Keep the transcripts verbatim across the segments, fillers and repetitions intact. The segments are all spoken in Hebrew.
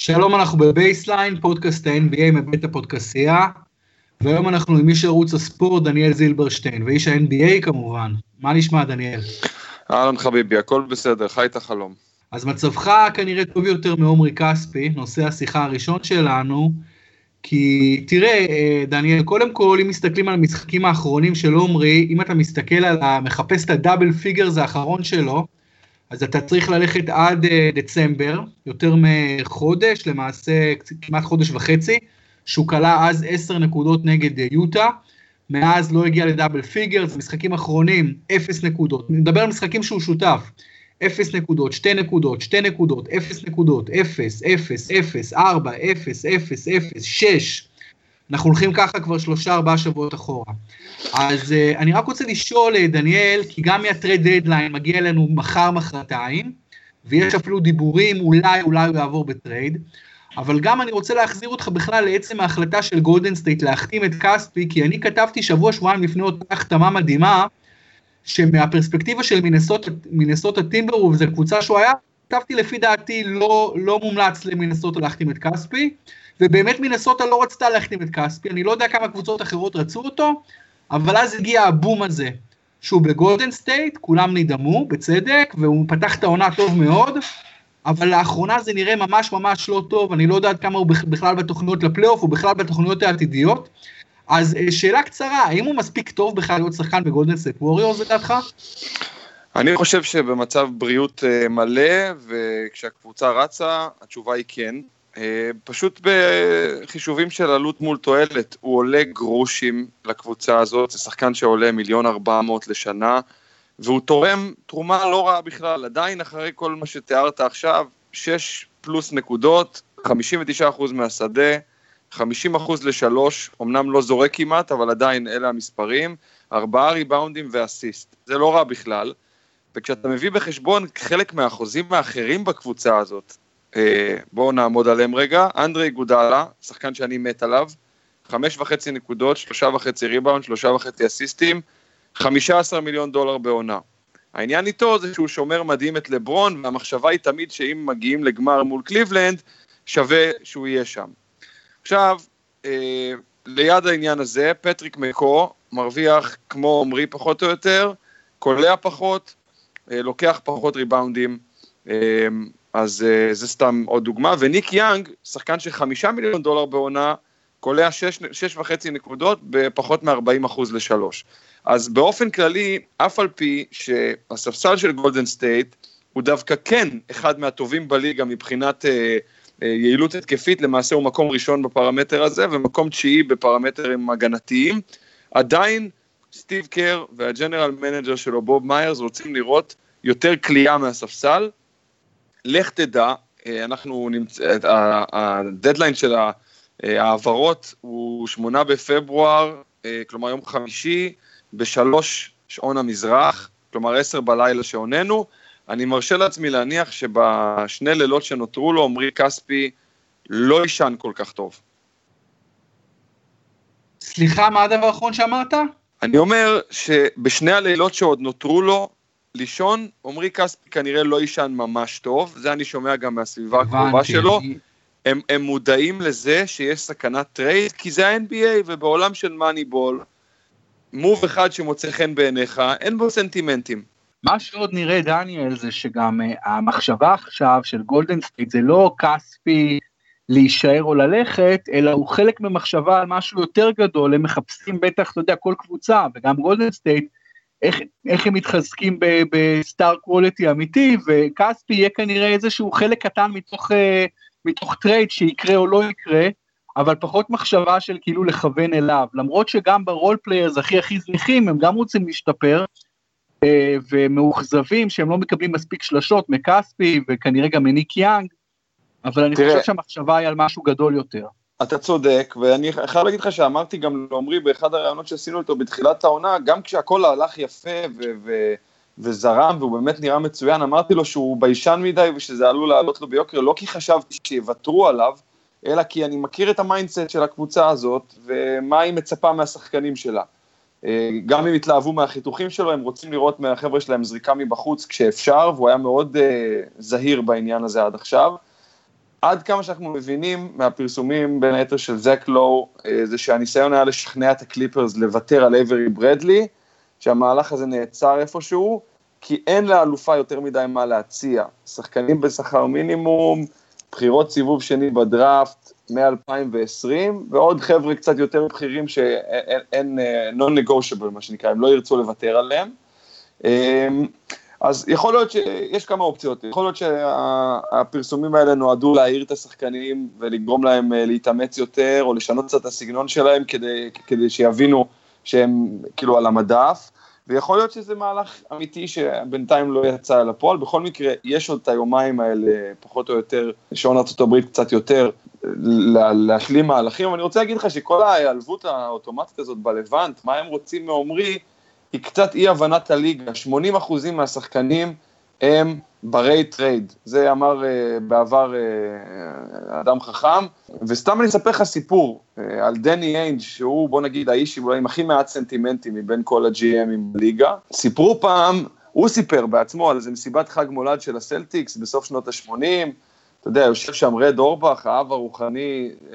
שלום, אנחנו בבייסליין, פודקאסט ה-אן בי איי מבית הפודקאסייה, והיום אנחנו עם איש ערוץ הספורט, דניאל זילברשטיין, ואיש ה-אן בי איי כמובן. מה נשמע, דניאל? אהלן חביבי, הכל בסדר, חי את החלום. אז מצבך כנראה טוב יותר מעומרי כספי, נושא השיחה הראשון שלנו, כי תראה, דניאל, קודם כל, אם מסתכלים על המשחקים האחרונים של עומרי, אם אתה מסתכל על המחפש את הדאבל פיגרס האחרון שלו, אז אתה צריך ללכת עד דצמבר, יותר מחודש, למעשה כמעט חודש וחצי, שהוא קלה אז עשר נקודות נגד יוטה, מאז לא הגיע לדאבל פיגרס, משחקים אחרונים, אפס נקודות, נדבר על משחקים שהוא שותף, אפס נקודות, שתי נקודות, שתי נקודות, אפס נקודות, אפס, אפס, אפס, ארבע, אפס, אפס, אפס, שש, אנחנו הולכים ככה כבר שלושה, ארבעה שבועות אחורה. אז uh, אני רק רוצה לשאול, דניאל, כי גם מהטרייד דדליין מגיע לנו מחר מחרתיים, ויש אפילו דיבורים, אולי, אולי הוא יעבור בטרייד, אבל גם אני רוצה להחזיר אותך בכלל לעצם ההחלטה של גולדן סטייט להחתים את כספי, כי אני כתבתי שבוע שבועיים לפני אותה החתמה מדהימה, שמהפרספקטיבה של מינסוטה, מינסוטה טימברווולפס, זו קבוצה שהוא היה, כתבתי לפי דעתי לא, לא מומלץ למינסוטה להחתים את כספי, ובאמת מינסוטה לא רצתה להחתים את כספי, אני לא יודע כמה קבוצות אחרות רצו אותו, אבל אז הגיע הבום הזה, שהוא בגולדן סטייט, כולם נדמו בצדק, והוא פתח את העונה טוב מאוד, אבל לאחרונה זה נראה ממש ממש לא טוב, אני לא יודעת כמה הוא בכלל בתוכניות לפלייאוף, הוא בכלל בתוכניות העתידיות, אז שאלה קצרה, האם הוא מספיק טוב בכלל להיות שחקן בגולדן סטייט ווריורס לדעתך? אני חושב שבמצב בריאות מלא, וכשהקבוצה רצה, התשובה היא כן, פשוט בחישובים של עלות מול תועלת, הוא עולה גרושים לקבוצה הזאת, זה שחקן שעולה מיליון ארבע מאות לשנה, והוא תורם תרומה לא רעה בכלל, עדיין אחרי כל מה שתיארת עכשיו, שש פלוס נקודות, חמישים ותשעה אחוז מהשדה, חמישים אחוז לשלוש, אמנם לא זורק כמעט, אבל עדיין אלה המספרים, ארבעה ריבאונדים ואסיסט, זה לא רע בכלל, וכשאתה מביא בחשבון חלק מהאחוזים האחרים בקבוצה הזאת, בואו נעמוד עליהם רגע, אנדרי גודלה, שחקן שאני מת עליו, חמש וחצי נקודות, שלושה וחצי ריבאונד, שלושה וחצי אסיסטים, חמישה עשר מיליון דולר בעונה. העניין איתו זה שהוא שומר מדהים את לברון, והמחשבה היא תמיד שאם מגיעים לגמר מול קליבלנד, שווה שהוא יהיה שם. עכשיו, אה, ליד העניין הזה, פטריק מקו מרוויח כמו עומרי פחות או יותר, קולע פחות, אה, לוקח פחות ריבאונדים, אה, אז uh, זה סתם עוד דוגמה, וניק יאנג, שחקן של חמישה מיליון דולר בעונה, קולע שש, שש וחצי נקודות בפחות מ-ארבעים אחוז לשלוש. אז באופן כללי, אף על פי שהספסל של גולדן סטייט, הוא דווקא כן אחד מהטובים בליגה מבחינת uh, uh, יעילות התקפית, למעשה הוא מקום ראשון בפרמטר הזה, ומקום תשיעי בפרמטרים הגנתיים, עדיין סטיב קר והג'נרל מנג'ר שלו, בוב מיירס, רוצים לראות יותר קליעה מהספסל, לך תדע, אנחנו נמצא, הדדליין של העברות הוא שמונה בפברואר, כלומר יום חמישי, בשלוש שעון המזרח, כלומר עשר בלילה שעוננו, אני מרשה לעצמי להניח שבשני לילות שנותרו לו, עומרי כספי לא ישן כל כך טוב. סליחה, מה הדבר האחרון שאמרת? אני אומר שבשני הלילות שעוד נותרו לו, לישון, עומרי כספי כנראה לא ישן ממש טוב, זה אני שומע גם מהסביבה הקרובה שלו, הם, הם מודעים לזה שיש סכנת טרייד, כי זה ה-אן בי איי, ובעולם של מאניבול, מוב אחד שמוצא חן בעיניך, אין בו סנטימנטים. מה שעוד נראה, דניאל, זה שגם uh, המחשבה עכשיו של גולדן סטייט, זה לא כספי להישאר או ללכת, אלא הוא חלק ממחשבה על משהו יותר גדול, הם מחפשים בטח, אתה יודע, כל קבוצה, וגם גולדן סטייט, איך, איך הם מתחזקים בסטאר קווליטי אמיתי, וכספי יהיה כנראה איזשהו חלק קטן מתוך, מתוך טרייד שיקרה או לא יקרה, אבל פחות מחשבה של כאילו לכוון אליו, למרות שגם ברול פליירס הכי הכי זניחים, הם גם רוצים להשתפר, ומאוכזבים שהם לא מקבלים מספיק שלשות מכספי, וכנראה גם מניק יאנג, אבל אני תראה, חושב שהמחשבה היא על משהו גדול יותר. אתה צודק, ואני חייב להגיד לך שאמרתי גם לעומרי באחד הרעיונות שעשינו אותו בתחילת העונה, גם כשהכל הלך יפה ו- ו- וזרם, והוא באמת נראה מצוין, אמרתי לו שהוא ביישן מדי ושזה עלול לעלות לו ביוקר, לא כי חשבתי שיוותרו עליו, אלא כי אני מכיר את המיינדסט של הקבוצה הזאת, ומה היא מצפה מהשחקנים שלה. גם אם התלהבו מהחיתוכים שלו, הם רוצים לראות מהחבר'ה שלהם זריקה מבחוץ כשאפשר, והוא היה מאוד uh, זהיר בעניין הזה עד עכשיו. עד כמה שאנחנו מבינים מהפרסומים בין היתר של זק לואו, זה שהניסיון היה לשכנע את הקליפרס לוותר על אייברי ברדלי, שהמהלך הזה נעצר איפשהו, כי אין לאלופה יותר מדי מה להציע. שחקנים בשכר מינימום, בחירות סיבוב שני בדראפט מ-אלפיים ועשרים, ועוד חבר'ה קצת יותר בכירים שאין non-negotiable, מה שנקרא, הם לא ירצו לוותר עליהם. אז יכול להיות שיש כמה אופציות, יכול להיות שהפרסומים האלה נועדו להעיר את השחקנים ולגרום להם להתאמץ יותר, או לשנות קצת את הסגנון שלהם כדי, כדי שיבינו שהם כאילו על המדף, ויכול להיות שזה מהלך אמיתי שבינתיים לא יצא על הפועל. בכל מקרה, יש עוד את היומיים האלה, פחות או יותר, שעון ארצות הברית קצת יותר, להשלים מהלכים. אני רוצה להגיד לך שכל ההיעלבות האוטומטית הזאת בלבנט, מה הם רוצים מאומרי, היא קצת אי הבנת הליגה. שמונים אחוזים מהשחקנים הם ברי טרייד. זה אמר uh, בעבר uh, אדם חכם. וסתם אני אספר לך סיפור uh, על דני איינג' שהוא, בוא נגיד, האיש אולי עם הכי מעט סנטימנטים מבין כל ה-ג'י אמ'ים בליגה. סיפרו פעם, הוא סיפר בעצמו על איזה מסיבת חג מולד של הסלטיקס בסוף שנות ה-שמונים. אתה יודע, יושב שם רד אורבך, האב הרוחני uh,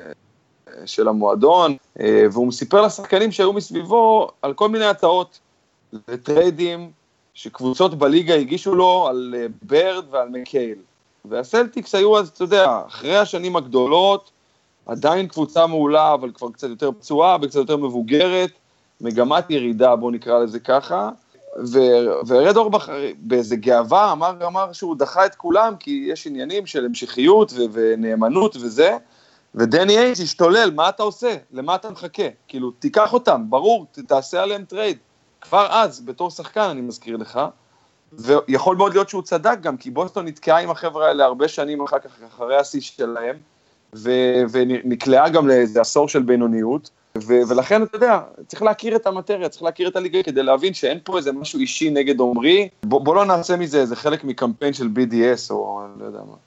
של המועדון, והוא מספר לשחקנים שהיו מסביבו על כל מיני הצעות לטריידים שקבוצות בליגה הגישו לו על ברד ועל מקייל. והסלטיקס היו אז, אתה יודע, אחרי השנים הגדולות, עדיין קבוצה מעולה, אבל כבר קצת יותר פצועה וקצת יותר מבוגרת, מגמת ירידה, בוא נקרא לזה ככה, ורד אורבך באיזה גאווה אמר, אמר שהוא דחה את כולם, כי יש עניינים של המשכיות ונאמנות וזה, ודני איינג' השתולל, מה אתה עושה? למה אתה מחכה? כאילו, תיקח אותם, ברור, תעשה עליהם טרייד. כבר אז, בתור שחקן, אני מזכיר לך, ויכול מאוד להיות שהוא צדק גם, כי בוסטון נתקעה עם החבר'ה האלה הרבה שנים אחר כך, אחרי השיא שלהם, ו- ונקלעה גם לאיזה עשור של בינוניות, ו- ולכן, אתה יודע, צריך להכיר את המטריה, צריך להכיר את הליגה, כדי להבין שאין פה איזה משהו אישי נגד עומרי, בוא, בוא לא נעשה מזה איזה חלק מקמפיין של בי די אס, או לא יודע מה.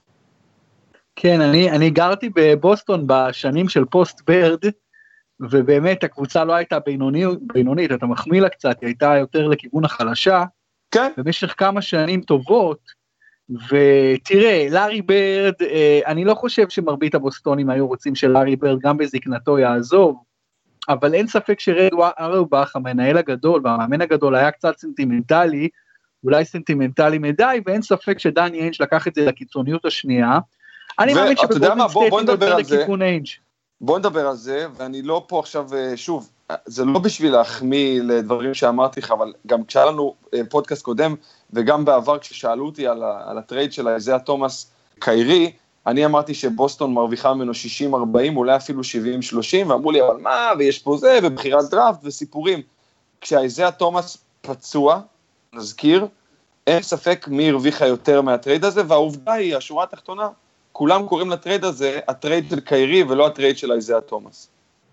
כן, אני, אני גרתי בבוסטון בשנים של פוסט ברד, ובאמת הקבוצה לא הייתה בינונית, בינונית, אתה מחמיא לה קצת, היא הייתה יותר לכיוון החלשה, כן. במשך כמה שנים טובות, ותראה, לארי ברד, אני לא חושב שמרבית הבוסטונים היו רוצים שלארי ברד גם בזקנתו יעזוב, אבל אין ספק שרד אורבך, המנהל הגדול, והמאמן הגדול היה קצת סנטימנטלי, אולי סנטימנטלי מדי, ואין ספק שדני איינג' לקח את זה לקיצוניות השנייה, אני מאמין שבגולדן סטייט נדבר לכיוון איינג'. בוא נדבר על זה, ואני לא פה עכשיו, שוב, זה לא בשביל להחמיא לדברים שאמרתי לך, אבל גם כשהיה לנו פודקאסט קודם, וגם בעבר כששאלו אותי על, על הטרייד של איזיה תומאס קיירי, אני אמרתי שבוסטון מרוויחה ממנו שישים ארבעים, אולי אפילו שבעים שלושים, ואמרו לי, אבל מה, ויש פה זה, ובחירת דראפט וסיפורים. כשאיזיה תומאס פצוע, נזכיר, אין ספק מי הרוויחה יותר מהטרייד הזה, והעובדה היא, השורה התחתונה, כולם קוראים לטרייד הזה, הטרייד של קיירי, ולא הטרייד של איזיה תומאס.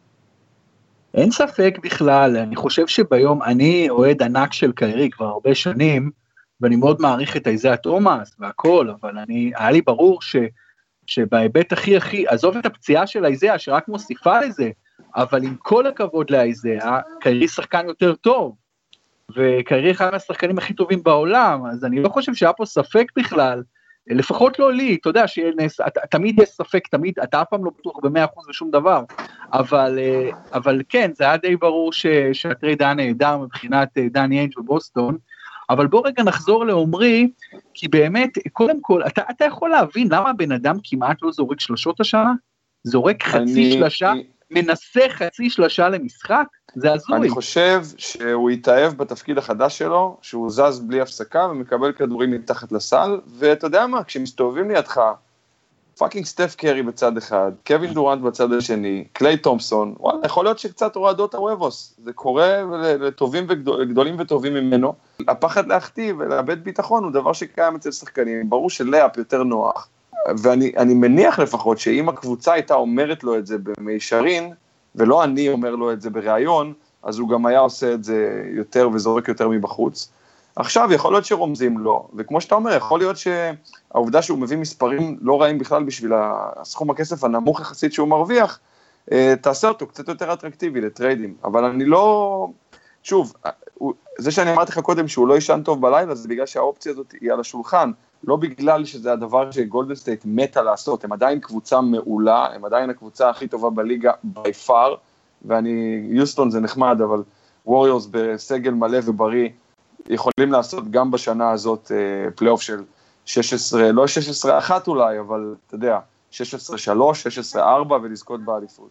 אין ספק בכלל, אני חושב שביום, אני אוהד ענק של קיירי כבר הרבה שנים, ואני מאוד מעריך את איזיה תומאס והכל, אבל אני, היה לי ברור ש, שבהיבט הכי הכי, עזוב את הפציעה של איזיה, שרק מוסיפה לזה, אבל עם כל הכבוד לאיזיה, קיירי שחקן יותר טוב, וקיירי אחד מהשחקנים הכי טובים בעולם, אז אני לא חושב שהיה פה ספק בכלל, לפחות לא לי, אתה יודע, שנס, תמיד יש ספק, תמיד, אתה אף פעם לא בטוח ב-מאה אחוז ושום דבר, אבל, אבל כן, זה היה די ברור ש, שהטרייד היה נהדר מבחינת דני איינג' ובוסטון, אבל בוא רגע נחזור לעומרי, כי באמת, קודם כל, אתה, אתה יכול להבין למה בן אדם כמעט לא זורק שלושות השנה? זורק חצי אני, שלשה, אני... מנסה חצי שלשה למשחק? זה הזוי. אני חושב שהוא יתאהב בתפקיד החדש שלו, שהוא זז בלי הפסקה ומקבל כדורים מתחת לסל, ואתה יודע מה, כשמסתובבים לידך, פאקינג סטף קרי בצד אחד, קווין דורנט בצד השני, קליי תומפסון, וואלה, יכול להיות שקצת הורדות הוובוס, זה קורה לטובים וגדולים וטובים ממנו, הפחד להחטיא ולאבד ביטחון הוא דבר שקיים אצל שחקנים, ברור שלאפ יותר נוח, ואני אני מניח לפחות שאם הקבוצה הייתה אומרת לו את זה במישרין, ולא אני אומר לו את זה בראיון, אז הוא גם היה עושה את זה יותר וזורק יותר מבחוץ. עכשיו יכול להיות שרומזים לו, וכמו שאתה אומר, יכול להיות שהעובדה שהוא מביא מספרים לא רעים בכלל בשביל הסכום הכסף הנמוך יחסית שהוא מרוויח, תעשה אותו קצת יותר אטרקטיבי לטריידים. אבל אני לא, שוב, זה שאני אמרתי לך קודם שהוא לא ישן טוב בלילה, זה בגלל שהאופציה הזאת היא על השולחן, לא בגלל שזה הדבר שגולדן סטייט מתה לעשות, הם עדיין קבוצה מעולה, הם עדיין הקבוצה הכי טובה בליגה by far, ואני, יוסטון זה נחמד, אבל ווריורס בסגל מלא ובריא, יכולים לעשות גם בשנה הזאת פלייאוף של שש עשרה, לא שש עשרה אחת אולי, אבל אתה יודע, שש עשרה שלוש, שש עשרה ארבע ולזכות באליפות.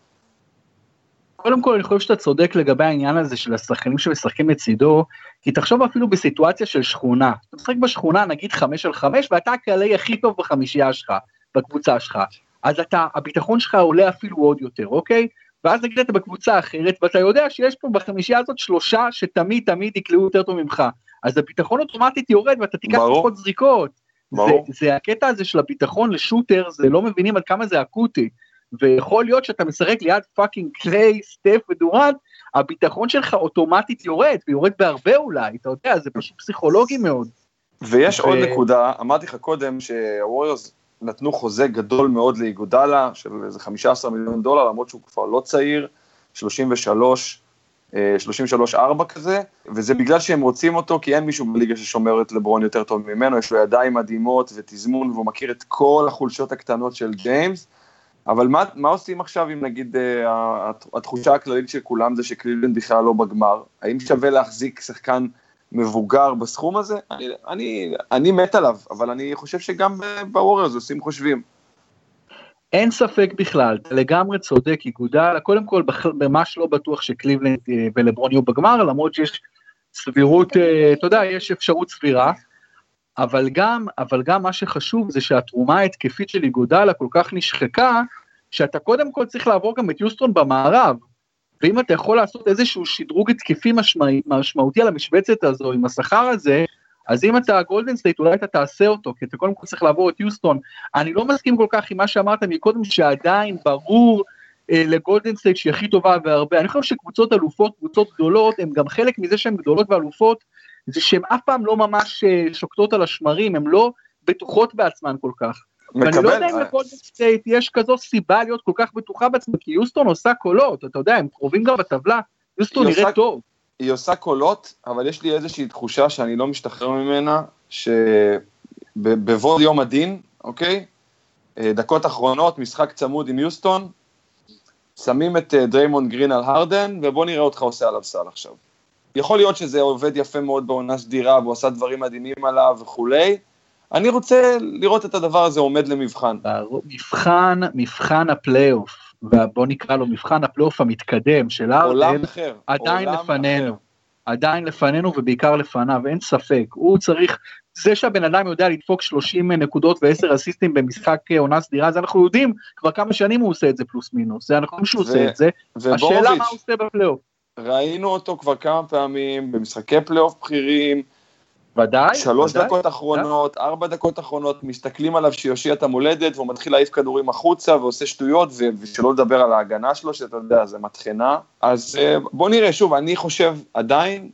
קודם כל אני חושב שאתה צודק לגבי העניין הזה של השחקנים שמשחקים לצידו, כי תחשוב אפילו בסיטואציה של שכונה, אתה משחק בשכונה נגיד חמש על חמש, ואתה הקהלי הכי טוב בחמישייה שלך, בקבוצה שלך, אז אתה, הביטחון שלך עולה אפילו עוד יותר, אוקיי? ואז נגיד אתה בקבוצה אחרת, ואתה יודע שיש פה בחמישייה הזאת שלושה שתמיד תמיד יקלעו יותר טוב ממך, אז הביטחון אוטומטית יורד, ואתה תיקח פחות זריקות. זה, זה הקטע הזה של הביטחון לשוטר, זה לא מבינים עד כמה זה אקוטי, ויכול להיות שאתה משחק ליד פאקינג קליי, סטף ודורנט, הביטחון שלך אוטומטית יורד, ויורד בהרבה אולי, אתה יודע, זה פשוט פסיכולוגי מאוד. ויש ו... עוד נקודה, אמרתי לך קודם, שהווריורס נתנו חוזה גדול מאוד לאיגודלה, של איזה חמישה עשר מיליון דולר, למרות שהוא כבר לא צעיר, שלושים ושלוש, שלושים ושלוש ארבע כזה, וזה בגלל שהם רוצים אותו, כי אין מישהו בליגה ששומר את לברון יותר טוב ממנו, יש לו ידיים מדהימות ותזמון, והוא מכיר את כל החולשות הקטנות של ג'יימס, אבל מה, מה עושים עכשיו אם נגיד התחושה הכללית של כולם זה שקלילנד בכלל לא בגמר? האם שווה להחזיק שחקן מבוגר בסכום הזה? אני, אני, אני מת עליו, אבל אני חושב שגם בווריורס עושים חושבים. אין ספק בכלל, אתה לגמרי צודק, איגודל, קודם כל ממש לא בטוח שקליבלנד ולברון יהיו בגמר, למרות שיש סבירות, אתה יודע, יש אפשרות סבירה, אבל גם, אבל גם מה שחשוב זה שהתרומה ההתקפית של איגודל כל כך נשחקה, שאתה קודם כל צריך לעבור גם את יוסטון במערב, ואם אתה יכול לעשות איזשהו שדרוג התקפי משמעי, משמעותי על המשבצת הזו, עם השכר הזה, אז אם אתה גולדן סטייט, אולי אתה תעשה אותו, כי אתה קודם כל צריך לעבור את יוסטון. אני לא מסכים כל כך עם מה שאמרת מקודם, שעדיין ברור אה, לגולדן סטייט שהיא הכי טובה והרבה. אני חושב שקבוצות אלופות, קבוצות גדולות, הן גם חלק מזה שהן גדולות ואלופות, זה שהן אף פעם לא ממש אה, שוקטות על השמרים, הן לא בטוחות בעצמן כל כך. מקבל, ואני לא יודע אם לגולדן סטייט יש כזו סיבה להיות כל כך בטוחה בעצמה, כי יוסטון עושה קולות, אתה יודע, הם קרובים גם בטבלה, יוסטון נראה עושה... טוב. היא עושה קולות, אבל יש לי איזושהי תחושה שאני לא משתחרר ממנה, שבבוא יום הדין, אוקיי? דקות אחרונות, משחק צמוד עם יוסטון, שמים את דריימונד גרין על הרדן, ובוא נראה אותך עושה עליו סל עכשיו. יכול להיות שזה עובד יפה מאוד בעונה סדירה, והוא עשה דברים מדהימים עליו וכולי, אני רוצה לראות את הדבר הזה עומד למבחן. מבחן, מבחן הפלייאוף, ובוא נקרא לו מבחן הפלייאוף המתקדם של עולם אחר, עדיין לפנינו, עדיין לפנינו ובעיקר לפניו, אין ספק, הוא צריך, זה שהבן אדם יודע לדפוק שלושים נקודות ועשר אסיסטים במשחק עונה סדירה, אז אנחנו יודעים כבר כמה שנים הוא עושה את זה פלוס מינוס, זה אנחנו שהוא עושה את זה, השאלה מה הוא עושה בפלייאוף. ראינו אותו כבר כמה פעמים במשחקי פלייאוף בחירים, ודאי, שלוש ודאי, דקות אחרונות, ודאי. ארבע דקות אחרונות, מסתכלים עליו שיושיע את המולדת, והוא מתחיל להעיף כדורים החוצה, ועושה שטויות, ושלא לדבר על ההגנה שלו, שאתה יודע, זה מתחנה. אז בוא נראה, שוב, אני חושב עדיין,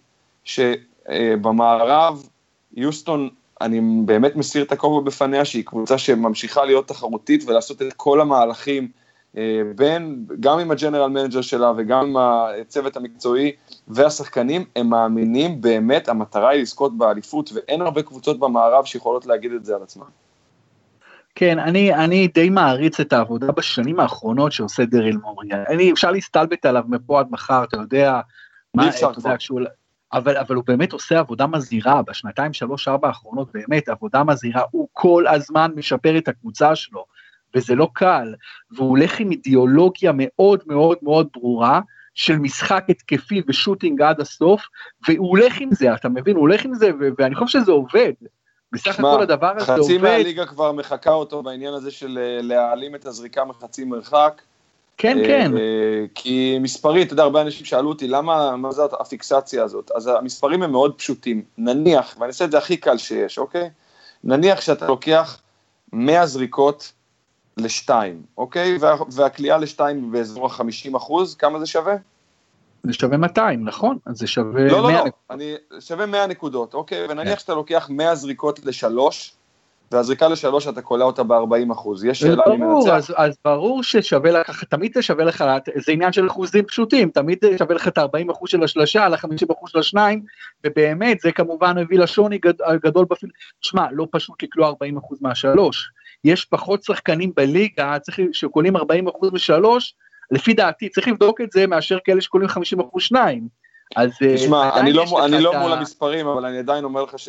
שבמערב, יוסטון, אני באמת מסיר את הכובע בפניה, שהיא קבוצה שממשיכה להיות תחרותית, ולעשות את כל המהלכים, בין, גם עם הג'נרל מנג'ר שלה, וגם עם הצוות המקצועי, והשחקנים, הם מאמינים באמת, המטרה היא לזכות באליפות, ואין הרבה קבוצות במערב שיכולות להגיד את זה על עצמם. כן, אני, אני די מעריץ את העבודה בשנים האחרונות שעושה דריל מורי, אני אפשר להסתלבט עליו מפה עד מחר, אתה יודע, מה, אתה יודע, כשהוא, אבל, אבל הוא באמת עושה עבודה מזהירה, בשנתיים, שלוש, ארבע האחרונות, באמת, עבודה מזהירה, הוא כל הזמן משפר את הקבוצה שלו, וזה לא קל, והוא הולך עם אידיאולוגיה מאוד מאוד מאוד ברורה, של משחק התקפי ושוטינג עד הסוף, והוא הולך עם זה, אתה מבין, הוא הולך עם זה, ו- ואני חושב שזה עובד, בסך הכל הדבר הזה עובד. חצי מהליגה כבר מחכה אותו בעניין הזה של להעלים את הזריקה מחצי מרחק. כן, כן. כי מספרית, אתה יודע, הרבה אנשים שאלו אותי, למה, מה זאת הפיקסציה הזאת? אז המספרים הם מאוד פשוטים, נניח, ואני אעשה את זה הכי קל שיש, אוקיי? נניח שאתה לוקח מאה זריקות, לשתיים, אוקיי? וה, והקליעה לשתיים באזור ה-חמישים אחוז, כמה זה שווה? זה שווה מאתיים, נכון? אז זה שווה לא, מאה לא, נקודות. אני, שווה מאה נקודות, אוקיי? ונניח שאתה לוקח מאה זריקות לשלוש, והזריקה לשלוש אתה קולע אותה ב-ארבעים אחוז, יש שאלה מי מנצח. אז, אז ברור ששווה לקחת, תמיד תשווה לך, זה עניין של אחוזים פשוטים, תמיד שווה לך את ה-ארבעים אחוז של השלושה, על ה-חמישים אחוז של השניים, ובאמת זה כמובן הביא לשוני גדול בפילד, תשמע, לא פשוט לקלוע ארבעים אחוז מהשלוש, יש פחות שחקנים בליגה, צריך שקולים ארבעים אחוז משלוש, לפי דעתי, צריך לבדוק את זה, מאשר כאלה שקולים חמישים אחוז שניים, אז תשמע, אני לא, אני לא מול המספרים, אבל אני עדיין אומר לך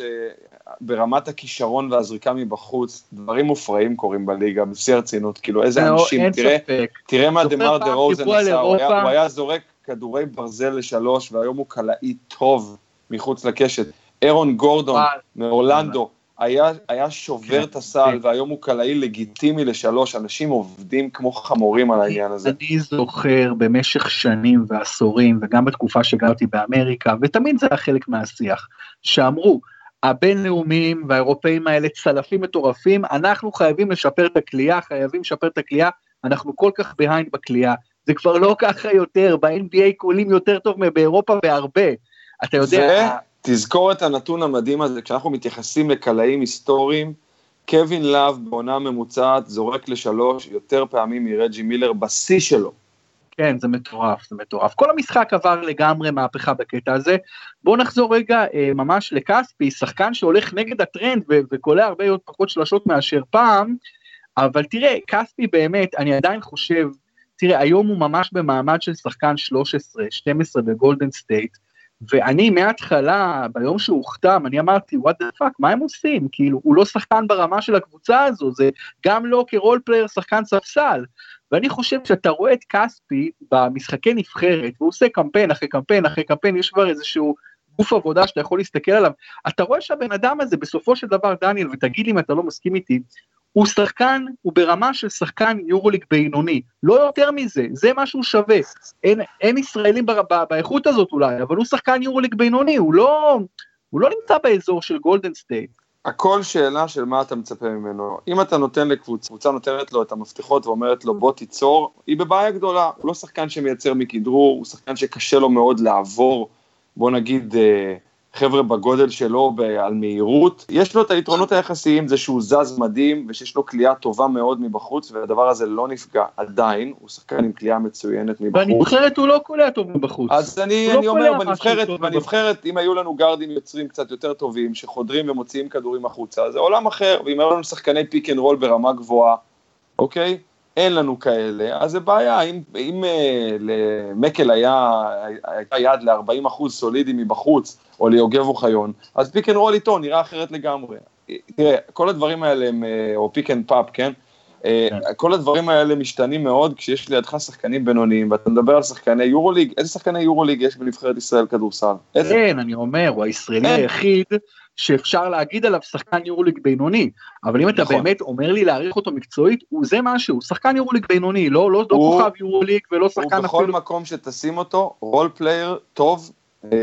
שברמת הכישרון והזריקה מבחוץ, דברים מופרעים קורים בליגה, בשיא הרצינות, כאילו איזה אנשים, תראה, תראה מה דמר דה רוזן עשה, הוא היה זורק כדורי ברזל לשלוש, והיום הוא קלעי טוב מחוץ לקשת, אירון גורדון מאורלנדו, היה, היה שובר את הסל, והיום הוא קלעי לגיטימי לשלוש, אנשים עובדים כמו חמורים על העניין הזה. אני זוכר במשך שנים ועשורים, וגם בתקופה שגרתי באמריקה, ותמיד זה היה חלק מהשיח, שאמרו, הבינלאומיים והאירופאים האלה צלפים מטורפים, אנחנו חייבים לשפר את הקליעה, חייבים לשפר את הקליעה, אנחנו כל כך בהיינד בקליעה, זה כבר לא ככה יותר, ב-אן בי איי קולים יותר טוב מבאירופה בהרבה, אתה יודע... תזכור את הנתון המדהים הזה, כשאנחנו מתייחסים לקלעים היסטוריים, קווין לאב בעונה ממוצעת זורק לשלוש יותר פעמים מרג'י מילר בשיא שלו. כן, זה מטורף, זה מטורף. כל המשחק עבר לגמרי מהפכה בקטע הזה. בואו נחזור רגע ממש לקספי, שחקן שהולך נגד הטרנד ו- וקולע הרבה יותר פחות שלשות מאשר פעם, אבל תראה, קספי באמת, אני עדיין חושב, תראה, היום הוא ממש במעמד של שחקן שלוש עשרה, שתים עשרה בגולדן סטייט, ואני מההתחלה, ביום שהוא הוחתם, אני אמרתי, what the fuck, מה הם עושים? כאילו, הוא לא שחקן ברמה של הקבוצה הזו, זה גם לא כרול פלייר, שחקן ספסל, ואני חושב שאתה רואה את קספי במשחקי נבחרת, והוא עושה קמפיין אחרי קמפיין אחרי קמפיין, יש כבר איזשהו גוף עבודה שאתה יכול להסתכל עליו, אתה רואה שהבן אדם הזה, בסופו של דבר, דניאל, ותגיד לי אם אתה לא מסכים איתי, הוא שחקן, הוא ברמה של שחקן יורוליג בינוני, לא יותר מזה, זה מה שהוא שווה, אין, אין ישראלים ב, ב, באיכות הזאת אולי, אבל הוא שחקן יורוליג בינוני, הוא לא, הוא לא נמצא באזור של גולדן סטייט. הכל שאלה של מה אתה מצפה ממנו, אם אתה נותן לקבוצה, קבוצה נותנת לו את המפתחות ואומרת לו בוא תיצור, היא בבעיה גדולה, הוא לא שחקן שמייצר מכדרור, הוא שחקן שקשה לו מאוד לעבור, בוא נגיד... חבר'ה בגודל שלו על מהירות, יש לו את היתרונות היחסיים, זה שהוא זז מדהים, ושיש לו קליעה טובה מאוד מבחוץ, והדבר הזה לא נפגע עדיין, הוא שחקן עם קליעה מצוינת מבחוץ. בנבחרת הוא לא קולע טוב מבחוץ. אז אני, אני אומר, בנבחרת, בנבחרת, אם היו לנו גארדים יוצרים קצת יותר טובים, שחודרים ומוציאים כדורים החוצה, זה עולם אחר, ואם היו לנו שחקני פיק אנד רול ברמה גבוהה, אוקיי? אין לנו כאלה, אז זה בעיה, אם, אם uh, למקל היה, הייתה יד ל-ארבעים אחוז סולידי מבחוץ, או ליוגב אוחיון, אז פיק אנד רול איתו נראה אחרת לגמרי. תראה, כל הדברים האלה הם, או פיק אנד פאפ, כן? כן. כל הדברים האלה משתנים מאוד, כשיש לידך שחקנים בינוניים, ואתה מדבר על שחקני יורוליג, איזה שחקני יורוליג יש בנבחרת ישראל כדורסל? כן, אני אומר, הוא הישראלי היחיד, שאפשר להגיד עליו שחקן יורוליג בינוני, אבל אם אתה באמת אומר לי להעריך אותו מקצועית, הוא זה משהו, שחקן יורוליג בינוני, לא, לא, לא כוכב יורוליג ולא שחקן אפילו. הוא בכל מקום שתשים אותו, רול פלייר טוב,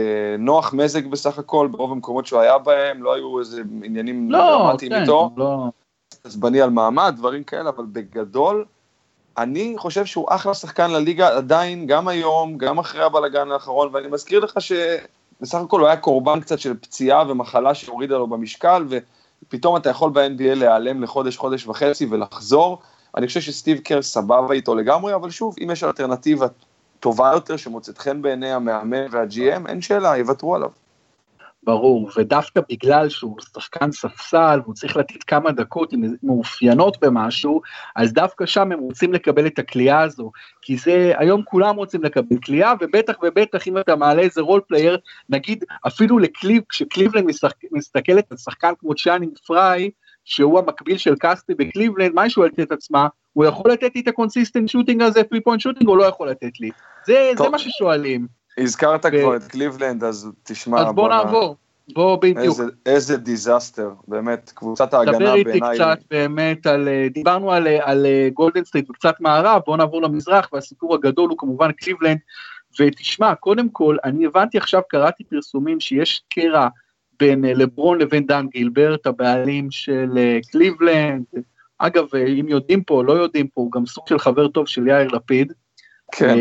נוח מזג בסך הכל, ברוב המקומות שהוא היה בהם, לא היו איזה עניינים דרמטיים איתו, אז בני על מעמד, דברים כאלה, אבל בגדול, אני חושב שהוא אחלה שחקן לליגה, עדיין, גם היום, גם אחרי הבלגן האחרון, ואני מזכיר לך ש... בסך הכל הוא היה קורבן קצת של פציעה ומחלה שהורידה לו במשקל, ופתאום אתה יכול ב-אן בי איי להיעלם לחודש, חודש וחצי ולחזור. אני חושב שסטיב קר סבבה איתו לגמרי, אבל שוב, אם יש אלטרנטיבה טובה יותר שמוצאת חן בעיני המאמן וה-ג'י אם, אין שאלה, יוותרו עליו. ברור, ודווקא בגלל שהוא שחקן ספסל, והוא צריך לתת כמה דקות עם מאופיינות במשהו, אז דווקא שם הם רוצים לקבל את הקליעה הזו, כי זה, היום כולם רוצים לקבל קליעה, ובטח ובטח אם אתה מעלה איזה רול פלייר, נגיד אפילו לקליב, כשקליבלנד מסתכלת על שחקן כמו צ'אנינג פריי, שהוא המקביל של קסטי בקליבלנד, מה שהוא לתת את עצמה, הוא יכול לתת לי את הקונסיסטנט שוטינג הזה, פרי פוינט שוטינג, או לא יכול לתת לי, זה, זה מה ששואלים. הזכרת כבר את קליבלנד, אז תשמע, אז בוא נעבור, בוא בדיוק. איזה דיזסטר, באמת, קבוצת ההגנה בעיניי. דבר איתי קצת באמת, דיברנו על גולדן סטייט וקצת מערב, בוא נעבור למזרח, והסיפור הגדול הוא כמובן קליבלנד, ותשמע, קודם כל, אני הבנתי עכשיו, קראתי פרסומים שיש קרע בין לברון לבין דן גילברט, הבעלים של קליבלנד, אגב, אם יודעים פה, לא יודעים פה, הוא גם סוג של חבר טוב של יאיר לפיד, כן.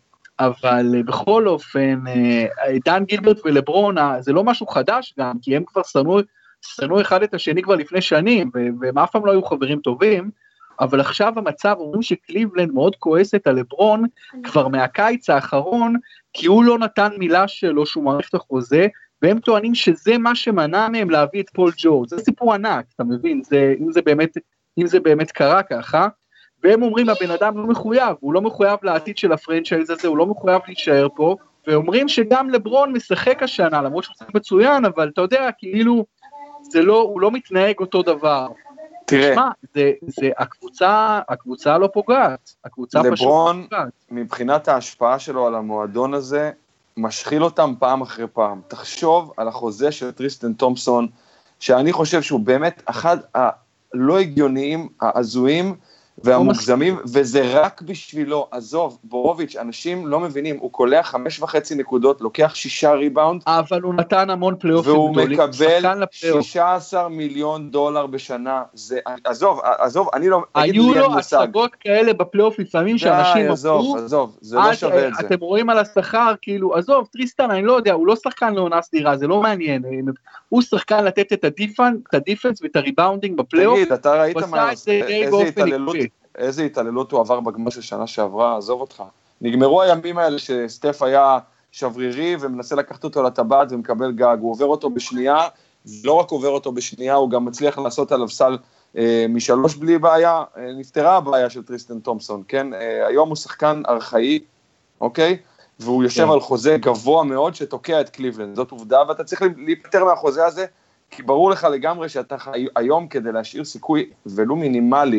אבל בכל אופן, דן גילברט ולברון, זה לא משהו חדש גם, כי הם כבר שנאו, שנאו אחד את השני כבר לפני שנים, והם אף פעם לא היו חברים טובים, אבל עכשיו המצב, אומרים שקליבלנד מאוד כועסת על לברון, כבר מהקיץ האחרון, כי הוא לא נתן מילה שלו, שהוא מעריך את החוזה, והם טוענים שזה מה שמנע מהם להביא את פול ג'ורג'. זה סיפור ענק, אתה מבין, זה, אם, זה באמת, אם זה באמת קרה ככה, והם אומרים, הבן אדם לא מחויב, הוא לא מחויב לעתיד של הפרנצ'ייז הזה, הוא לא מחויב להישאר פה, ואומרים שגם לברון משחק השנה, למרות שהוא משחק מצוין, אבל אתה יודע, כאילו, זה לא, הוא לא מתנהג אותו דבר. תראה, שמה, זה, זה, הקבוצה, הקבוצה לא פוגעת, הקבוצה פשוט לברון, פוגעת. מבחינת ההשפעה שלו על המועדון הזה, משחיל אותם פעם אחרי פעם. תחשוב על החוזה של טריסטן תומפסון, שאני חושב שהוא באמת אחד הלא הגיוניים, ההזויים והמוגזמים, וזה רק בשבילו. עזוב, בורוביץ', אנשים לא מבינים, הוא קולע חמש וחצי נקודות, לוקח שישה ריבאונד, אבל הוא נתן המון פלייאופים והוא גדולים, מקבל שישה עשר מיליון דולר בשנה. זה, עזוב, עזוב, אני לא, היו לו הצגות כאלה בפלייאוף לפעמים שאנשים עזוב, עזוב, זה לא שווה את זה. אתם רואים על השכר, כאילו, עזוב, טריסטן, אני לא יודע, הוא לא שחקן לעונה סדירה, זה לא מעניין, הוא שחקן לתת את הדיפנס ואת הריבאונדינג בפלייאוף. תגיד, אתה ראית מה, איזה התעללות, איזה התעללות הוא עבר בגמר של שנה שעברה, עזוב אותך. נגמרו הימים האלה שסטף היה שברירי ומנסה לקחת אותו לטבעת ומקבל גג, הוא עובר אותו בשנייה, לא רק עובר אותו בשנייה, הוא גם מצליח לעשות עליו סל אה, משלוש בלי בעיה, אה, נפתרה הבעיה של טריסטן תומפסון, כן? אה, היום הוא שחקן ארכאי, אוקיי? והוא יושב על חוזה גבוה מאוד שתוקע את קליבלנד, זאת עובדה, ואתה צריך להיפטר מהחוזה הזה, כי ברור לך לגמרי שאתה היום כדי להשאיר סיכוי ולו מינימלי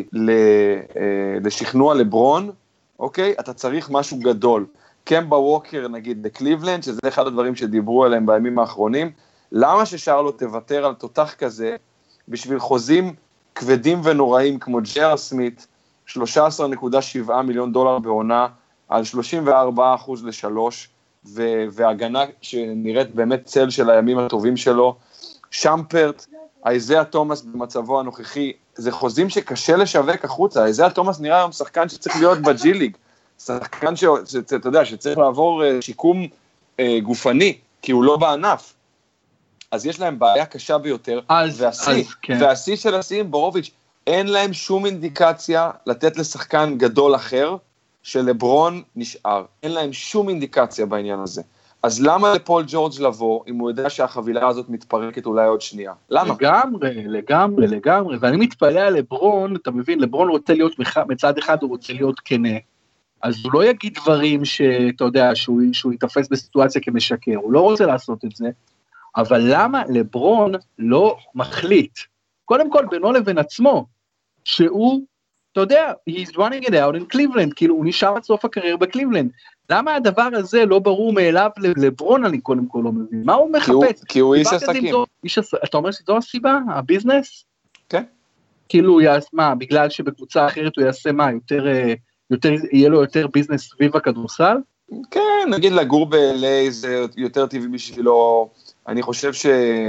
לשכנוע לברון, אוקיי? אתה צריך משהו גדול. קמבה ווקר נגיד לקליבלנד, שזה אחד הדברים שדיברו עליהם בימים האחרונים, למה ששרלוט תוותר על תותח כזה, בשביל חוזים כבדים ונוראים כמו ג'ר סמית, שלושה עשר נקודה שבע מיליון דולר בעונה, על שלושים וארבעה אחוז לשלוש, והגנה שנראית באמת צל של הימים הטובים שלו, שמפרט, איזיה תומאס במצבו הנוכחי, זה חוזים שקשה לשווק החוצה, איזיה תומאס נראה היום שחקן שצריך להיות בג'י ליג, שחקן שאתה יודע, שצריך לעבור שיקום גופני, כי הוא לא בענף, אז יש להם בעיה קשה ביותר, והשיא של השיאים, בורוביץ', אין להם שום אינדיקציה לתת לשחקן גדול אחר, שלברון נשאר, אין להם שום אינדיקציה בעניין הזה. אז למה לפול ג'ורג' לבוא, אם הוא יודע שהחבילה הזאת מתפרקת אולי עוד שנייה? למה? לגמרי, לגמרי, לגמרי, ואני מתפלא על לברון, אתה מבין, לברון רוצה להיות, מצד אחד הוא רוצה להיות כנה, אז הוא לא יגיד דברים שאתה יודע, שהוא, שהוא יתפס בסיטואציה כמשקר, הוא לא רוצה לעשות את זה, אבל למה לברון לא מחליט, קודם כל בינו לבין עצמו, שהוא, אתה יודע, he's running it out in Cleveland, כאילו הוא נשאר עד סוף הקריירה בקליבלנד, למה הדבר הזה לא ברור מאליו לברון, אני קודם כל לא מבין, מה הוא מחפש? כי הוא איש עסקים. אתה אומר שזו הסיבה, הביזנס? כן. כאילו הוא יעשה, מה, בגלל שבקבוצה אחרת הוא יעשה מה, יותר, יהיה לו יותר ביזנס סביב הכדורסל? כן, נגיד לגור ב-אל איי זה יותר טבעי בשבילו, אני חושב ש...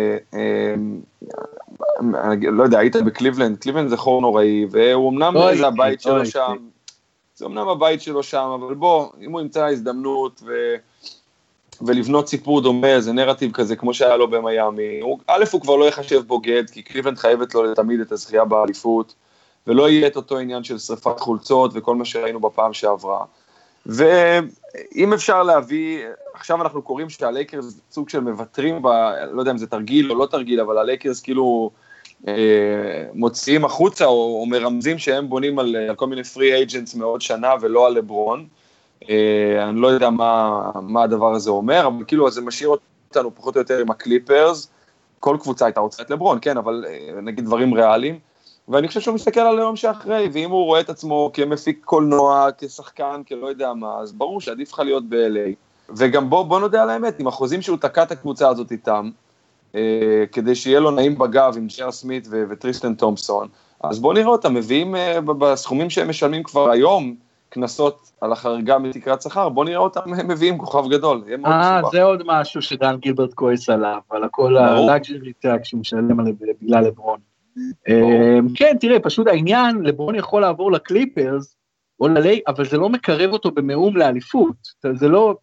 לא יודע, היית בקליבלנד, קליבלנד זה חור נוראי, והוא אמנם זה הבית שלו שם, זה אמנם הבית שלו שם, אבל בוא, אם הוא ימצא הזדמנות ו... ולבנות סיפור דומה, זה נרטיב כזה, כמו שהיה לו במיימי, א' הוא כבר לא יחשב בוגד, כי קליבלנד חייבת לו לתמיד את הזכייה באליפות, ולא יהיה את אותו עניין של שריפת חולצות, וכל מה שראינו בפעם שעברה, ואם אפשר להביא, עכשיו אנחנו קוראים שהלייקרס זה סוג של מבטרים, ב... לא יודע אם זה תרגיל או לא תרגיל, אבל הלייקרס כאילו אה, מוציאים החוצה, או, או מרמזים שהם בונים על, על כל מיני פרי אייג'נטס מאוד שנה, ולא על לברון, אה, אני לא יודע מה, מה הדבר הזה אומר, אבל כאילו זה משאיר אותנו פחות או יותר עם הקליפרס, כל קבוצה הייתה רוצה את לברון, כן, אבל אה, נגיד דברים ריאליים, ואני חושב שהוא מסתכל על היום שאחרי, ואם הוא רואה את עצמו כמפיק קולנוע, כשחקן, כלא יודע מה, אז ברור שעדיף לך להיות ב-אל איי. וגם בוא, בוא נודע על האמת, עם החוזים שהוא תקע את הקבוצה הזאת איתם, אה, כדי שיהיה לו נעים בגב עם ג'ר סמית ו- וטריסטן תומפסון, אז בוא נראה אותם, מביאים אה, בסכומים שהם משלמים כבר היום, כנסות על החריגה מתקרת שכר, בוא נראה אותם מביאים כוכב גדול, יהיה מאוד אה, מסובך. זה עוד משהו שדן גילברט כועס עליו, על הכל הלאג'רי טאק שהוא משלם עליו בגלל לברון. כן, תראה, פשוט העניין, לברון יכול לעבור לקליפרס, או ללי, אבל זה לא מקרב אותו במאום לאליפות, זה לא,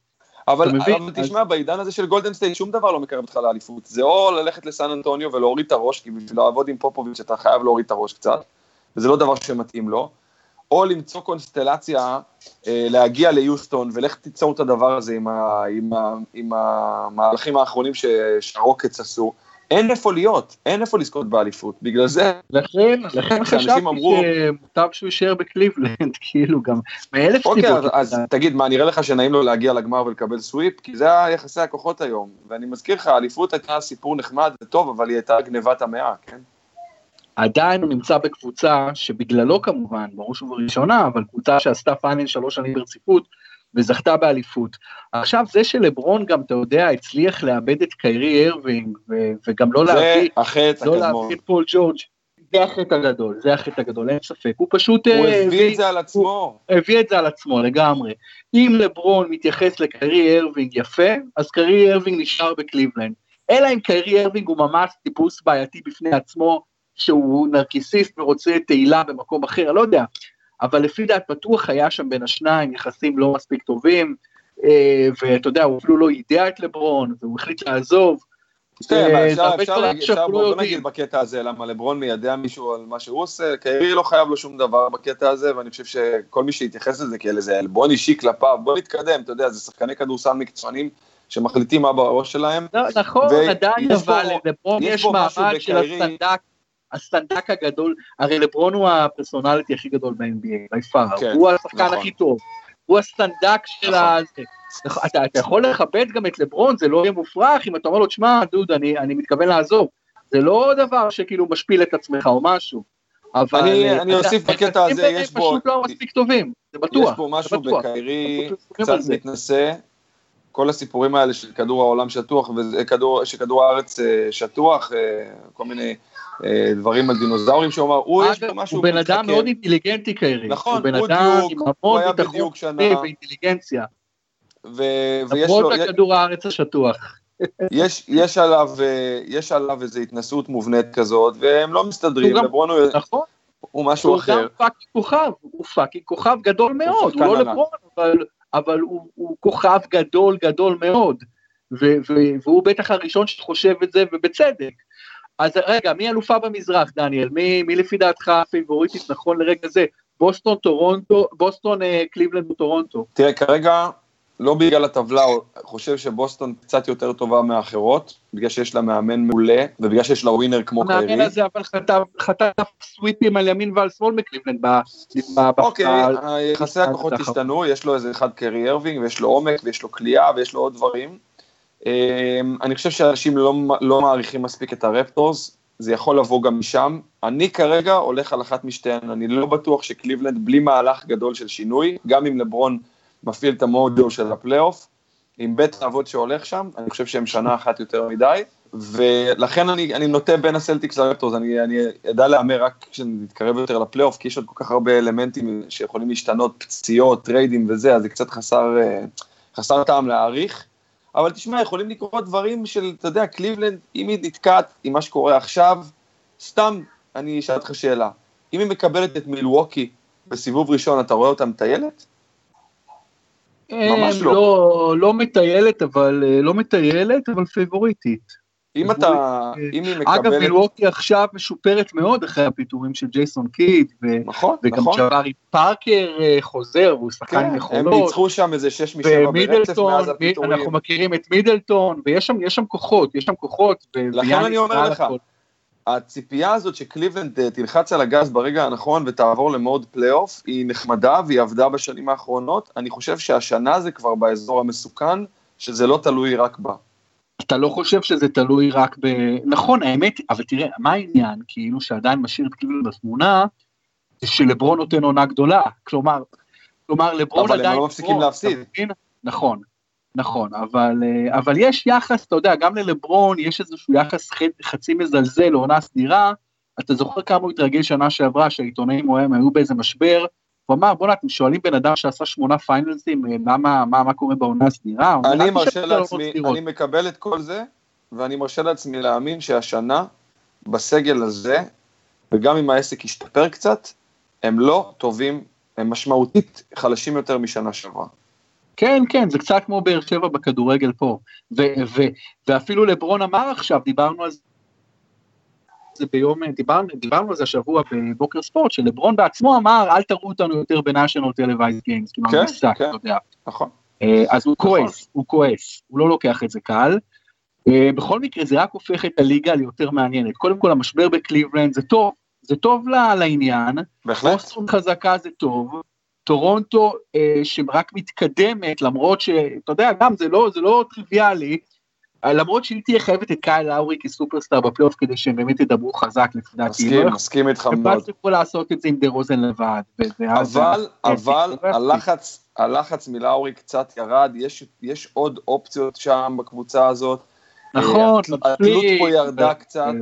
אבל, אבל תשמע, אז... בעידן הזה של גולדן סטייט, שום דבר לא מקרב אותך לאליפות. זה או ללכת לסן אנטוניו ולהוריד את הראש, כי בשביל לעבוד עם פופוביץ' אתה חייב להוריד את הראש קצת, וזה לא דבר שמתאים לו, או למצוא קונסטלציה, אה, להגיע ליוסטון, ולך תיצור את הדבר הזה עם, ה, עם, ה, עם המהלכים האחרונים שהרוקטס עשו, אין איפה להיות, אין איפה לזכות באליפות, בגלל זה... לכן, לכן חשבתי שמוטב שהוא יישאר בקליבלנד, כאילו גם מאלף סיבות. אוקיי, אז תגיד, מה, נראה לך שנעים לו להגיע לגמר ולקבל סוויפ? כי זה היחסי הכוחות היום, ואני מזכיר לך, האליפות הייתה סיפור נחמד וטוב, אבל היא הייתה גנבת המאה, כן? עדיין הוא נמצא בקבוצה שבגללו כמובן, בראש ובראשונה, אבל קבוצה שעשתה פיינל שלוש שנים ברציפות, וזכתה באליפות. עכשיו זה שלברון גם, אתה יודע, הצליח לאבד את קיירי הרווינג, ו- וגם לא להביא, לא להביא את פול ג'ורג', זה החטא הגדול, זה החטא הגדול, אין ספק, הוא פשוט... הוא הביא, הביא את זה על עצמו. הוא הביא את זה על עצמו, לגמרי. אם לברון מתייחס לקיירי הרווינג יפה, אז קיירי הרווינג נשאר בקליבלנד. אלא אם קיירי הרווינג הוא ממש טיפוס בעייתי בפני עצמו, שהוא נרקיסיסט ורוצה תהילה במקום אחר, אני לא יודע. אבל לפי דעת בטוח היה שם בין השניים יחסים לא מספיק טובים, ואתה יודע, הוא אפילו לא ידע את לברון, והוא החליט לעזוב. אפשר בוא נגיד בקטע הזה, למה לברון מיידע מישהו על מה שהוא עושה, קיירי לא חייב לו שום דבר בקטע הזה, ואני חושב שכל מי שיתייחס לזה כאלה, זה אלבון אישי כלפיו, בוא נתקדם, אתה יודע, זה שחקני כדורסל מקצוענים, שמחליטים מה בראש שלהם. נכון, עדיין אבל לברון יש מעמד של הסנדק, הסטנדק הגדול, הרי לברון הוא הפרסונליטי הכי גדול ב-אן בי איי, ביפר, כן, הוא השחקן נכון. הכי טוב, הוא הסטנדק של נכון. הזה, אתה, אתה יכול לכבד גם את לברון, זה לא יהיה מופרך, אם אתה אומר לו, תשמע, דוד, אני, אני מתכוון לעזוב, זה לא דבר שכאילו משפיל את עצמך או משהו, אבל... אני, אני אוסיף בקטע הזה, יש בו... פשוט לא מספיק טובים, זה בטוח. יש פה משהו בקיירי, קצת מתנסה, כל הסיפורים האלה של כדור העולם שטוח, וכדור, שכדור הארץ שטוח, כל מיני דברים על דינוזאורים שאומר, הוא יש פה משהו... הוא בן אדם מאוד אינטליגנטי קיירי. נכון, הוא בן אדם עם המון ביטחון ואינטליגנציה. למרות הכדור הארץ השטוח. יש, יש עליו, יש עליו איזו התנסות מובנית כזאת, והם לא מסתדרים, לברון הוא... נכון. הוא משהו אחר. הוא גם פאקינג כוכב, הוא פאקינג כוכב גדול מאוד, הוא לא לברון, אבל... אבל הוא, הוא כוכב גדול גדול מאוד, ו, ו, והוא בטח הראשון שחושב את זה, ובצדק. אז רגע, מי אלופה במזרח, דניאל? מי, מי לפי דעתך פיבוריטית נכון לרגע זה? בוסטון, טורונטו, בוסטון, קליבלנד וטורונטו. תראה, כרגע, לא בגלל הטבלה, חושב שבוסטון קצת יותר טובה מאחרות, בגלל שיש לה מאמן מעולה, ובגלל שיש לה ווינר כמו קיירי. המאמן הזה, אבל חטף סוויפים על ימין ועל שמאל מקליבלנד. אוקיי, יחסי הכוחות השתנו, יש לו איזה אחד קיירי הרווינג, ויש לו עומק, ויש לו קליעה, ויש לו עוד דברים. אני חושב שאנשים לא מעריכים מספיק את הרפטורס, זה יכול לבוא גם משם. אני כרגע הולך על אחת משתיהן, אני לא בטוח שקליבלנד בלי מהלך גדול של שינוי, גם אם לברון מפעיל את המודו של הפלייאוף, עם בית העבוד שהולך שם, אני חושב שהם שנה אחת יותר מדי, ולכן אני, אני נוטה בין הסלטיקס לרפטורס, אני, אני ידע לאמר רק כשנתקרב יותר לפלייאוף, כי יש עוד כל כך הרבה אלמנטים שיכולים להשתנות, פציעות, טריידים וזה, אז זה קצת חסר, חסר טעם להעריך, אבל תשמע, יכולים לקרות דברים של, אתה יודע, קליבלנד, אם היא נתקעת עם מה שקורה עכשיו, סתם, אני אשאל אותך שאלה, אם היא מקבלת את מילווקי בסיבוב ראשון, אתה רואה אותה מטיילת? ממש לא. לא, לא מטיילת, אבל לא מטיילת, אבל פיבוריטית. אם אתה, אם היא מקבלת... אגב, מילווקי עכשיו משופרת מאוד אחרי הפיטורים של ג'ייסון קיד, ו... נכון, וגם נכון. ג'בארי פארקר חוזר, והוא שחקן כן, יכולות. הם ניצחו שם איזה שש משבע ברצף מאז הפיטורים. אנחנו מכירים את מידלטון, ויש שם, יש שם כוחות, יש שם כוחות. לכן אני אומר לך, הציפייה הזאת שקליבלנד תלחץ על הגז ברגע הנכון ותעבור למוד פלייאוף, היא נחמדה והיא עבדה בשנים האחרונות, אני חושב שהשנה זה כבר באזור המסוכן, שזה לא תלוי רק בה. אתה לא חושב שזה תלוי רק ב... נכון, האמת, אבל תראה, מה העניין, כאילו שעדיין משאיר את קליבלנד בתמונה, זה שלברון נותן עונה גדולה, כלומר, כלומר לברון אבל עדיין... אבל הם לא מפסיקים להפסיד. נכון, נכון, אבל, אבל יש יחס, אתה יודע, גם ללברון יש איזשהו יחס חצי מזלזל לעונה סדירה, אתה זוכר כמה הוא התרגל שנה שעברה, שהעיתונאים או הם היו באיזה משבר, הוא אמר, בוא נה, אתם שואלים בן אדם שעשה שמונה פיינלסים, למה, מה, מה קורה בעונה הסדירה? אני מרשה לעצמי, אני מקבל את כל זה, ואני מרשה לעצמי להאמין שהשנה, בסגל הזה, וגם אם העסק ישתפר קצת, הם לא טובים, הם משמעותית חלשים יותר משנה שעברה. כן, כן, זה קצת כמו באר שבע בכדורגל פה, ו- ו- ואפילו לברון אמר עכשיו, דיברנו על זה ביום, דיברנו, דיברנו על זה השבוע בבוקר ספורט, שלברון בעצמו אמר, אל תראו אותנו יותר בנאשנל טלווייזד גיימס, כאילו, כן, משחק, כן, אתה יודע. נכון. אז הוא כועס, הוא כועס, הוא לא לוקח את זה קל, בכל מקרה זה רק הופך את הליגה ליותר מעניינת, קודם כל המשבר בקליבלנד זה טוב, זה טוב לעניין, בוסטון חזקה זה טוב, טורונטו אה, שרק מתקדמת, למרות שאתה יודע, גם זה לא, זה לא טריוויאלי, למרות שהיא תהיה חייבת את קייל לאורי כסופרסטאר בפלייאוף, כדי שהם באמת ידברו חזק לפני מסכים, מסכים איתך מאוד. הם לא לעשות את זה עם דה רוזן לבד. אבל, אבל, הלחץ, הלחץ מלאורי קצת ירד, יש, יש עוד אופציות שם בקבוצה הזאת. נכון. התלות פה ירדה קצת.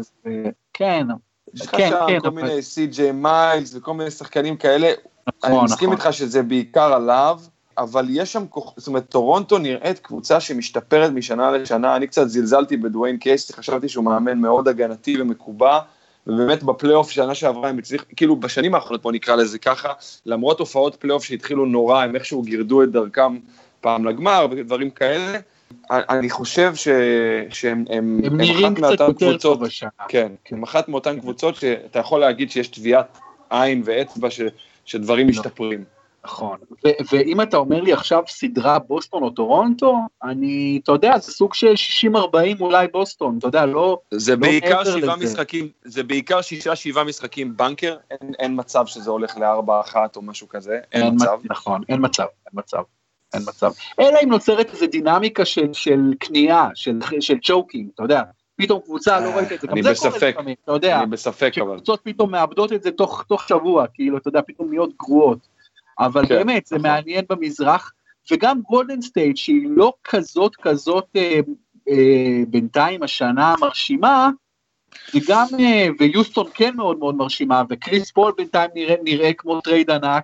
כן. יש לך שם כל מיני סי.ג'יי מיילס וכל מיני שחקנים כאלה. אני מסכים איתך שזה בעיקר עליו. אבל יש שם, זאת אומרת, טורונטו נראית קבוצה שמשתפרת משנה לשנה, אני קצת זלזלתי בדוויין קייסי, חשבתי שהוא מאמן מאוד הגנתי ומקובע, ובאמת בפלייאוף שנה שעברה הם הצליחו, כאילו בשנים האחרונות בוא נקרא לזה ככה, למרות הופעות פלייאוף שהתחילו נורא, הם איכשהו גירדו את דרכם פעם לגמר ודברים כאלה, אני חושב ש... שהם הם, הם נראים קצת יותר טוב השנה. כן, הם אחת מאותן קבוצות שאתה יכול להגיד שיש תביעת עין ואצבע ש... שדברים משתפרים. נכון, ו- ואם אתה אומר לי עכשיו סדרה בוסטון או טורונטו, אני, אתה יודע, זה סוג של שישים ארבעים אולי בוסטון, אתה יודע, לא... זה לא בעיקר שבעה משחקים, זה בעיקר שישה שבעה משחקים בנקר, אין, אין מצב שזה הולך לארבע אחת או משהו כזה, אין, אין מצב. נכון, אין מצב, אין מצב, אין מצב. אלא אם נוצרת איזו דינמיקה של, של קנייה, של, של צ'וקינג, אתה יודע, פתאום קבוצה, לא ראית את זה, גם זה קורה לפעמים, אתה יודע, אני בספק, אבל... שקבוצות פתאום מאבדות את זה תוך, תוך שבוע, כאילו, אתה יודע, פתאום להיות גרועות. אבל כן, באמת, זה נכון. מעניין במזרח, וגם גולדן סטייט, שהיא לא כזאת כזאת אה, אה, בינתיים השנה מרשימה, וגם, אה, ויוסטון כן מאוד מאוד מרשימה, וקריס פול בינתיים נראה, נראה כמו טרייד ענק,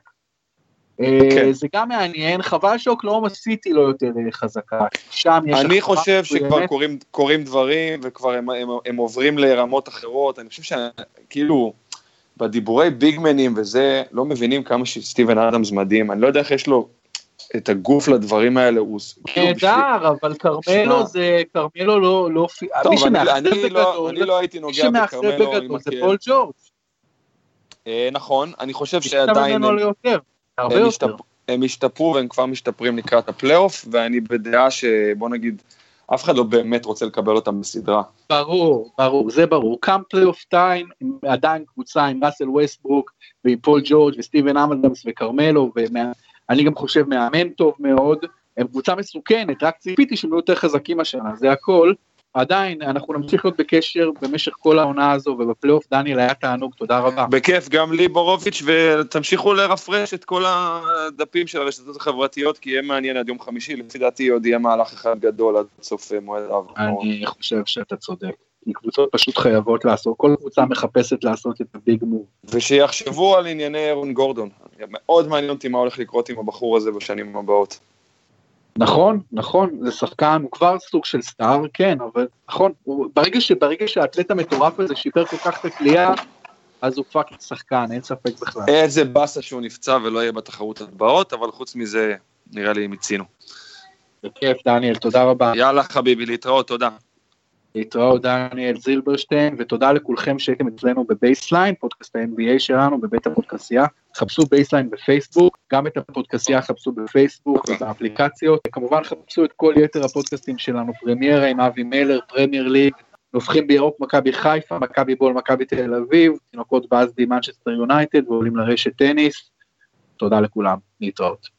אה, כן. זה גם מעניין, חבל שאוקלאומה סיטי לא יותר אה, חזקה, שם יש... אני חושב שכבר באמת... קוראים, קוראים דברים, וכבר הם, הם, הם עוברים לרמות אחרות, אני חושב שכאילו... בדיבורי ביגמנים וזה, לא מבינים כמה שסטיבן אדמס מדהים, אני לא יודע איך יש לו את הגוף לדברים האלה, הוא... נהדר, אבל קרמלו זה, קרמלו לא, לא... טוב, אני לא הייתי נוגע בקרמלו עם מקל. זה פול ג'ורג'. נכון, אני חושב שעדיין... הם השתפרו והם כבר משתפרים לקראת הפלייאוף, ואני בדעה שבוא נגיד... אף אחד לא באמת רוצה לקבל אותם בסדרה. ברור, ברור, זה ברור. קאם פלייאוף טיים, עדיין קבוצה עם ראסל ווסטברוק, ועם פול ג'ורג' וסטיבן אדמס וקרמלו, ואני גם חושב מאמן טוב מאוד, הם קבוצה מסוכנת, רק ציפיתי שהם יותר חזקים השנה, זה הכל. עדיין, אנחנו נמשיך להיות בקשר במשך כל העונה הזו, ובפלייאוף דניאל היה תענוג, תודה רבה. בכיף, גם לי בורוביץ', ותמשיכו לרפרש את כל הדפים של הרשתות החברתיות, כי יהיה מעניין עד יום חמישי, לפי דעתי עוד יהיה מהלך אחד גדול עד סוף מועד האחרון. אני חושב שאתה צודק, כי קבוצות פשוט חייבות לעשות, כל קבוצה מחפשת לעשות את הביג מוב. ושיחשבו על ענייני אירון גורדון, מאוד מעניין אותי מה הולך לקרות עם הבחור הזה בשנים הבאות. נכון, נכון, זה שחקן, הוא כבר סוג של סטאר, כן, אבל נכון, הוא, ברגע, ש, ברגע שהאתלט המטורף הזה שיפר כל כך את הקליעה, אז הוא פאקינג שחקן, אין ספק בכלל. איזה באסה שהוא נפצע ולא יהיה בתחרות הבאות, אבל חוץ מזה, נראה לי מיצינו. בכיף, דניאל, תודה רבה. יאללה חביבי, להתראות, תודה. להתראות דניאל זילברשטיין, ותודה לכולכם שהייתם אצלנו בבייסליין, פודקאסט ה-אן בי איי שלנו, בבית הפודקאסייה, חפשו בייסליין בפייסבוק, גם את הפודקאסייה חפשו בפייסבוק ובאפליקציות, כמובן חפשו את כל יתר הפודקאסטים שלנו, פרמיירה עם אבי מלר, פרמייר ליג, נופחים בירוק מכבי חיפה, מכבי בול, מכבי תל אביב, תינוקות באזדי מנצ'סטר יונייטד, ועולים לרשת טניס, תודה לכולם, להתראות.